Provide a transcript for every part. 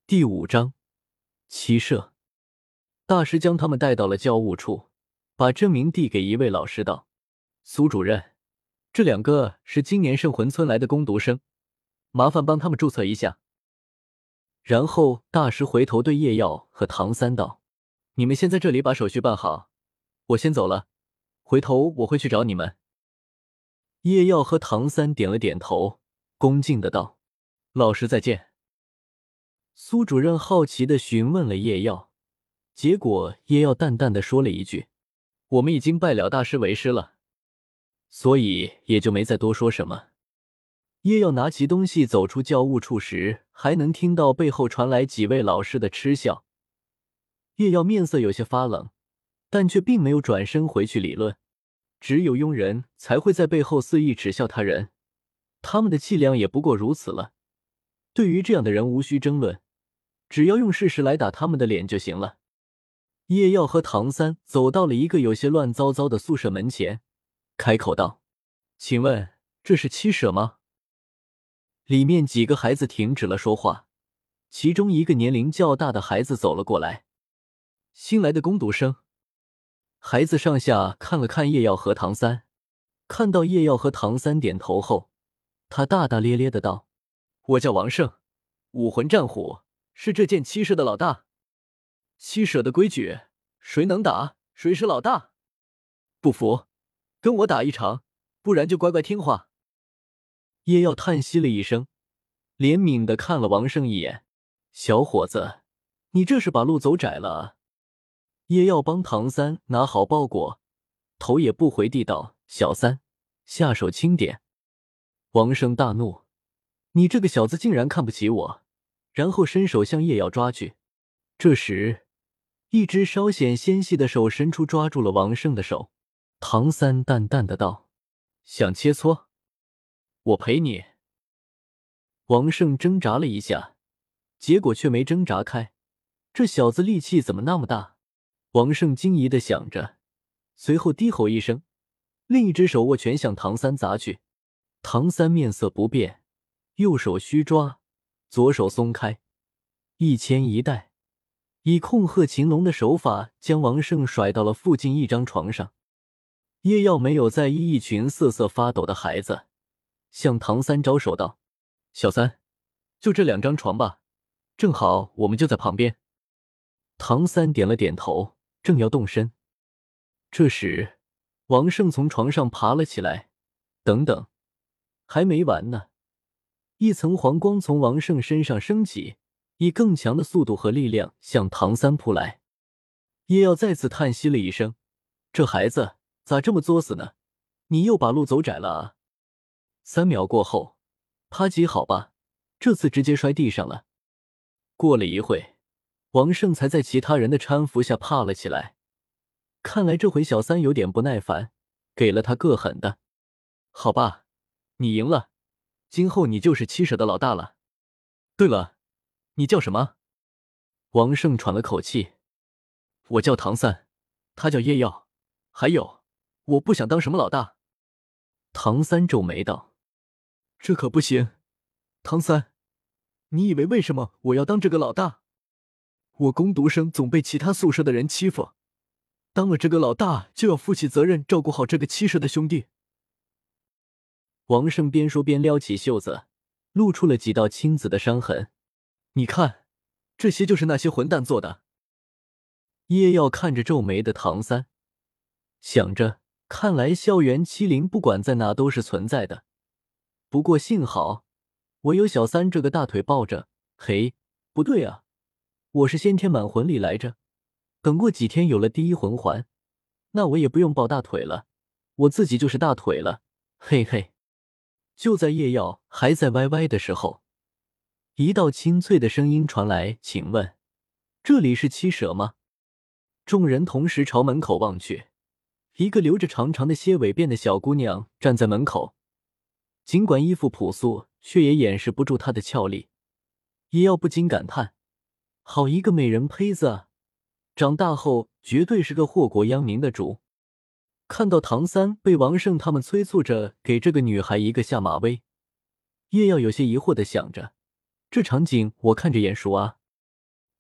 第5章七舍。大师将他们带到了教务处，把证明递给一位老师道：苏主任，这2个是今年圣魂村来的工读生，麻烦帮他们注册一下。然后大师回头对叶耀和唐三道：你们先在这里把手续办好，我先走了，回头我会去找你们。叶耀和唐三点了点头，恭敬的道：老师再见。苏主任好奇地询问了叶耀，结果叶耀淡淡地说了一句：我们已经拜了大师为师了，所以也就没再多说什么。叶耀拿起东西走出教务处时，还能听到背后传来几位老师的嗤笑。叶耀面色有些发冷，但却并没有转身回去理论。只有庸人才会在背后肆意耻笑他人，他们的气量也不过如此了。对于这样的人无需争论，只要用事实来打他们的脸就行了。叶耀和唐三走到了一个有些乱糟糟的宿舍门前，开口道：请问这是七舍吗？里面几个孩子停止了说话，其中一个年龄较大的孩子走了过来。新来的工读生。孩子上下看了看叶耀和唐三，看到叶耀和唐三点头后，他大大咧咧的道：我叫王胜，武魂战虎，是这件七舍的老大。七舍的规矩，谁能打谁是老大。不服跟我打一场，不然就乖乖听话。叶耀叹息了一声，怜悯的看了王胜一眼：小伙子，你这是把路走窄了啊。叶耀帮唐三拿好包裹，头也不回地道：小三，下手轻点。王胜大怒：你这个小子竟然看不起我！然后伸手向叶耀抓去。这时一只稍显纤细的手伸出，抓住了王胜的手。唐三淡淡的道：想切磋？我陪你。王胜挣扎了一下，结果却没挣扎开。这小子力气怎么那么大？王胜惊疑的想着，随后低吼一声，另一只手握拳向唐三砸去。唐三面色不变，右手虚抓，左手松开，一牵一带，以控鹤擒龙的手法将王胜甩到了附近一张床上。叶耀没有在意一群瑟瑟发抖的孩子，向唐三招手道：小三，就这2张床吧，正好我们就在旁边。唐三点了点头，正要动身。这时王胜从床上爬了起来，等等，还没完呢。一层黄光从王胜身上升起，以更强的速度和力量向唐三扑来。叶耀再次叹息了一声：这孩子咋这么作死呢？你又把路走窄了啊。3秒过后，啪叽好吧，这次直接摔地上了。过了一会，王胜才在其他人的搀扶下爬了起来。看来这回小三有点不耐烦，给了他个狠的。好吧，你赢了，今后你就是七舍的老大了。对了，你叫什么？王胜喘了口气。我叫唐三，他叫叶耀。还有，我不想当什么老大。唐三皱眉道：这可不行，唐三，你以为为什么我要当这个老大？我工读生总被其他宿舍的人欺负，当了这个老大就要负起责任，照顾好这个七舍的兄弟。王胜边说边撩起袖子，露出了几道青紫的伤痕。你看，这些就是那些混蛋做的。叶耀看着皱眉的唐三，想着看来校园欺凌不管在哪都是存在的，不过幸好我有小三这个大腿抱着。嘿，不对啊，我是先天满魂力来着，等过几天有了第1魂环，那我也不用抱大腿了，我自己就是大腿了，嘿嘿。就在叶耀还在歪歪的时候，一道清脆的声音传来：请问这里是七舍吗？众人同时朝门口望去，一个留着长长的蝎尾辫的小姑娘站在门口，尽管衣服朴素，却也掩饰不住她的俏丽。叶耀不禁感叹：好一个美人胚子啊，长大后绝对是个祸国殃民的主。看到唐三被王胜他们催促着给这个女孩一个下马威，叶耀有些疑惑地想着，这场景我看着眼熟啊。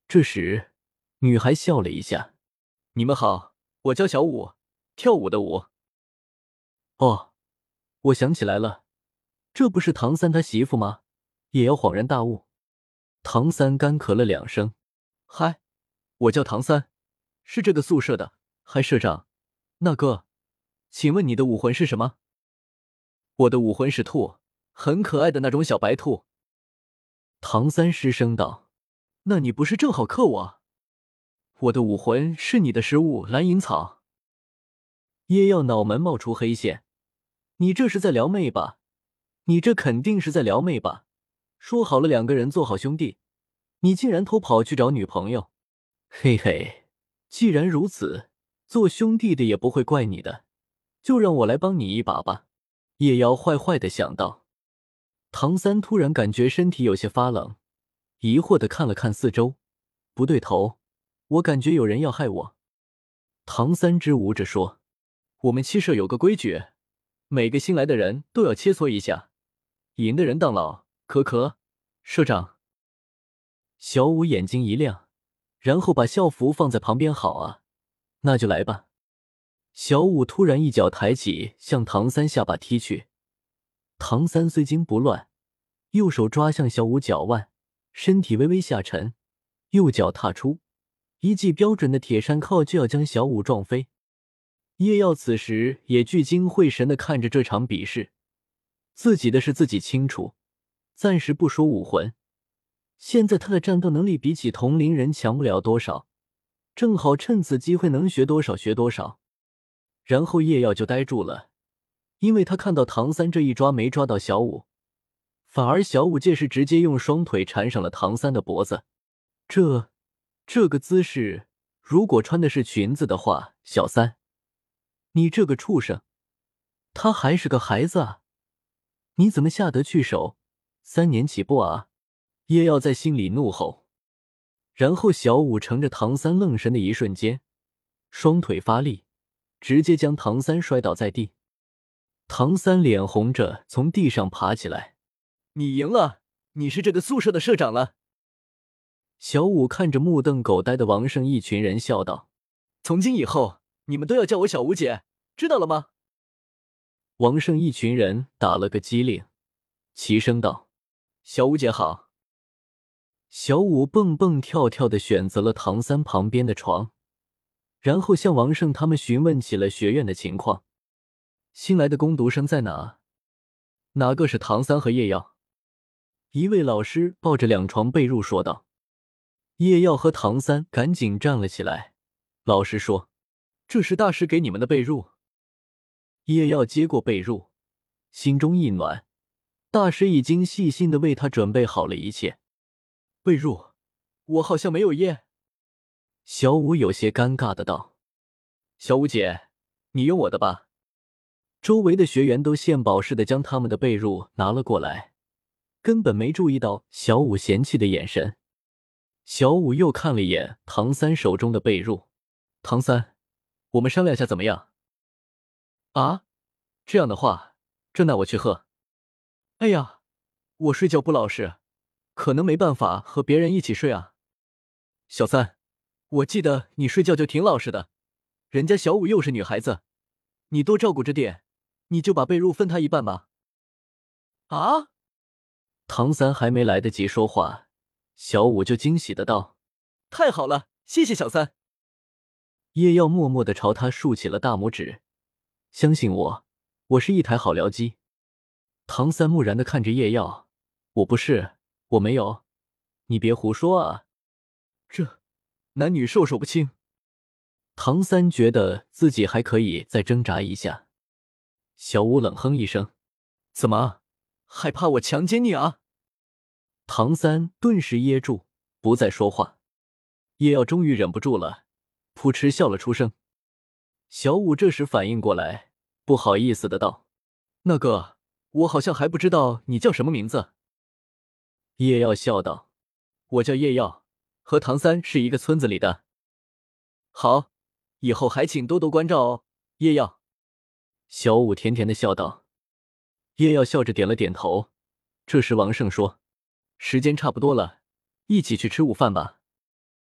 这时，女孩笑了一下：“你们好，我叫小舞，跳舞的舞。”哦，我想起来了，这不是唐三他媳妇吗？叶瑶恍然大悟。唐三干咳了2声：“嗨，我叫唐三，是这个宿舍的。嗨，社长，那个，请问你的武魂是什么？”“我的武魂是兔，很可爱的那种小白兔。”唐三失声道。“那你不是正好克我？”“我的武魂是你的食物蓝银草。”叶耀脑门冒出黑线：“你这是在撩妹吧？你这肯定是在撩妹吧？说好了2个人做好兄弟，你竟然偷跑去找女朋友。嘿嘿，既然如此，做兄弟的也不会怪你的，就让我来帮你一把吧。”叶瑶坏坏的想到。唐三突然感觉身体有些发冷，疑惑的看了看四周，不对头，我感觉有人要害我。唐三支吾着说：“我们七社有个规矩，每个新来的人都要切磋一下，赢的人当老。可，社长。”小舞眼睛一亮，然后把校服放在旁边。“好啊，那就来吧。”小舞突然一脚抬起，向唐三下巴踢去。唐三虽惊不乱，右手抓向小舞脚腕，身体微微下沉，右脚踏出，一记标准的铁山靠就要将小舞撞飞。叶耀此时也聚精会神地看着这场比试，自己的事自己清楚，暂时不说武魂，现在他的战斗能力比起同龄人强不了多少，正好趁此机会能学多少学多少。然后叶耀就呆住了，因为他看到唐三这一抓没抓到小舞，反而小舞借势直接用双腿缠上了唐三的脖子。这个姿势，如果穿的是裙子的话，小三，你这个畜生，他还是个孩子啊，你怎么下得去手？3年起步啊！叶耀在心里怒吼。然后小舞乘着唐三愣神的一瞬间，双腿发力，直接将唐三摔倒在地。唐三脸红着从地上爬起来：“你赢了，你是这个宿舍的社长了。”小舞看着目瞪口呆的王胜一群人笑道：“从今以后，你们都要叫我小舞姐，知道了吗？”王胜一群人打了个激灵，齐声道：“小舞姐好。”小舞蹦蹦跳跳地选择了唐三旁边的床，然后向王胜他们询问起了学院的情况。新来的工读生在哪？哪个是唐三和叶耀？一位老师抱着2床被褥说道。叶耀和唐三赶紧站了起来。老师说：“这是大师给你们的被褥。”叶耀接过被褥，心中一暖，大师已经细心地为他准备好了一切。被褥，我好像没有耶。小舞有些尴尬的道：“小舞姐，你用我的吧。”周围的学员都献宝似的将他们的被褥拿了过来，根本没注意到小舞嫌弃的眼神。小舞又看了一眼唐三手中的被褥：“唐三，我们商量下怎么样？”“啊，这样的话，那我去喝。”“哎呀，我睡觉不老实，可能没办法和别人一起睡啊。”“小三，我记得你睡觉就挺老实的，人家小舞又是女孩子，你多照顾着点，你就把被褥分她一半吧。”“啊！”唐三还没来得及说话，小舞就惊喜的道：“太好了，谢谢小三。”叶耀默默地朝他竖起了大拇指：“相信我，我是一台好僚机。”唐三木然地看着叶耀：“我不是，我没有，你别胡说啊，这男女授受不亲。”唐三觉得自己还可以再挣扎一下。小舞冷哼一声：“怎么，害怕我强奸你啊？”唐三顿时噎住，不再说话。叶耀终于忍不住了，扑哧笑了出声。小舞这时反应过来，不好意思的道：“那个，我好像还不知道你叫什么名字。”叶耀笑道：“我叫叶耀，和唐三是一个村子里的。”“好，以后还请多多关照哦，叶耀。”小舞甜甜的笑道。叶耀笑着点了点头。这时王胜说：“时间差不多了，一起去吃午饭吧。”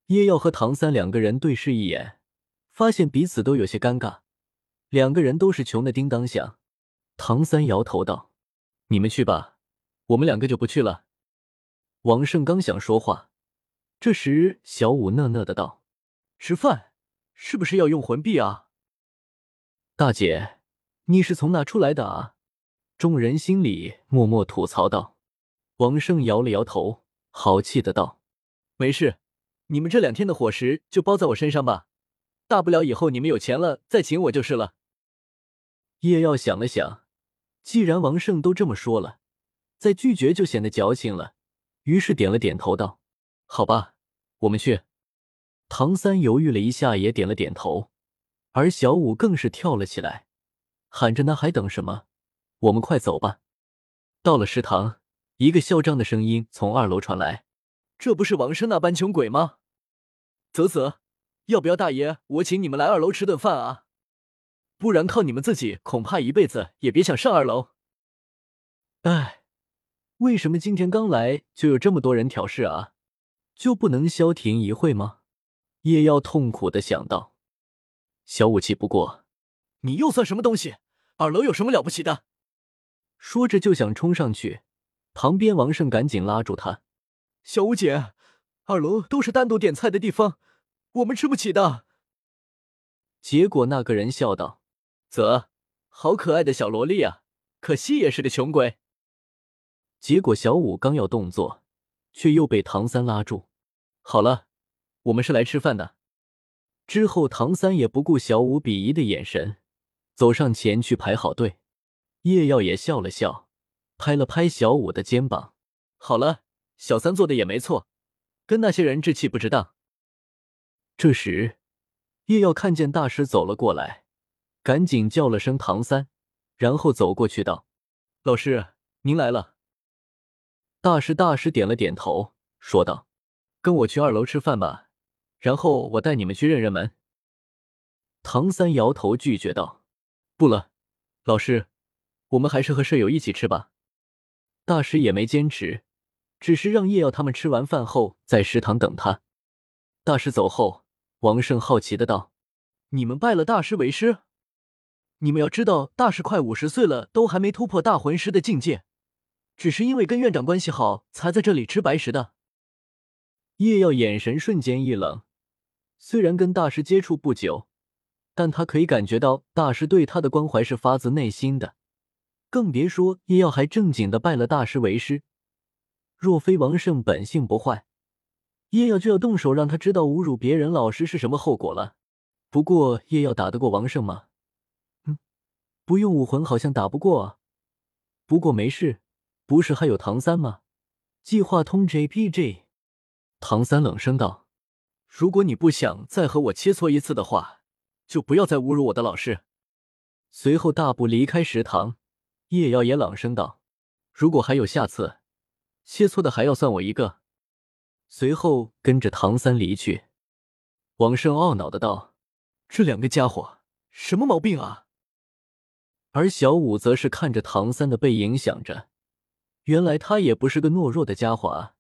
叶耀和唐三两个人对视一眼，发现彼此都有些尴尬，两个人都是穷的叮当响。唐三摇头道：“你们去吧，我们两个就不去了。”王胜刚想说话，这时小舞讷讷的道：“吃饭是不是要用魂币啊？”大姐，你是从哪出来的啊？众人心里默默吐槽道。王胜摇了摇头，好气的道：“没事，你们这2天的伙食就包在我身上吧，大不了以后你们有钱了再请我就是了。”叶耀想了想，既然王胜都这么说了，再拒绝就显得矫情了，于是点了点头道：“好吧，我们去。”唐三犹豫了一下，也点了点头，而小舞更是跳了起来，喊着：“那还等什么？我们快走吧！”到了食堂，一个嚣张的声音从2楼传来：“这不是王生那般穷鬼吗？啧，要不要大爷我请你们来2楼吃顿饭啊？不然靠你们自己恐怕一辈子也别想上2楼。”哎，为什么今天刚来就有这么多人挑事啊？就不能消停一会吗？叶耀痛苦的想到。小武气不过：“你又算什么东西？2楼有什么了不起的？”说着就想冲上去，旁边王胜赶紧拉住他：“小武姐，2楼都是单独点菜的地方，我们吃不起的。”结果那个人笑道：“好可爱的小萝莉啊，可惜也是个穷鬼。”结果小武刚要动作，却又被唐三拉住：“好了，我们是来吃饭的。”之后唐三也不顾小武鄙夷的眼神，走上前去排好队。叶耀也笑了笑，拍了拍小武的肩膀：“好了，小三做的也没错，跟那些人置气不值当。”这时叶耀看见大师走了过来，赶紧叫了声唐三，然后走过去道：“老师，您来了。”大师点了点头，说道：“跟我去2楼吃饭吧，然后我带你们去认认门。”唐三摇头拒绝道：“不了，老师，我们还是和舍友一起吃吧。”大师也没坚持，只是让叶耀他们吃完饭后在食堂等他。大师走后，王胜好奇的道：“你们拜了大师为师？你们要知道，大师快50岁了，都还没突破大魂师的境界，只是因为跟院长关系好，才在这里吃白食的。”叶耀眼神瞬间一冷，虽然跟大师接触不久，但他可以感觉到大师对他的关怀是发自内心的，更别说叶耀还正经的拜了大师为师。若非王胜本性不坏，叶耀就要动手让他知道侮辱别人老师是什么后果了。不过叶耀打得过王胜吗？不用武魂好像打不过啊。不过没事，不是还有唐三吗？计划通 JPG。 唐三冷声道：“如果你不想再和我切磋一次的话，就不要再侮辱我的老师。”随后大步离开食堂。叶耀也朗声道：“如果还有下次，切磋的还要算我一个。”随后跟着唐三离去。王胜懊恼的道：“这2个家伙什么毛病啊？”而小武则是看着唐三的背影想着，原来他也不是个懦弱的家伙啊。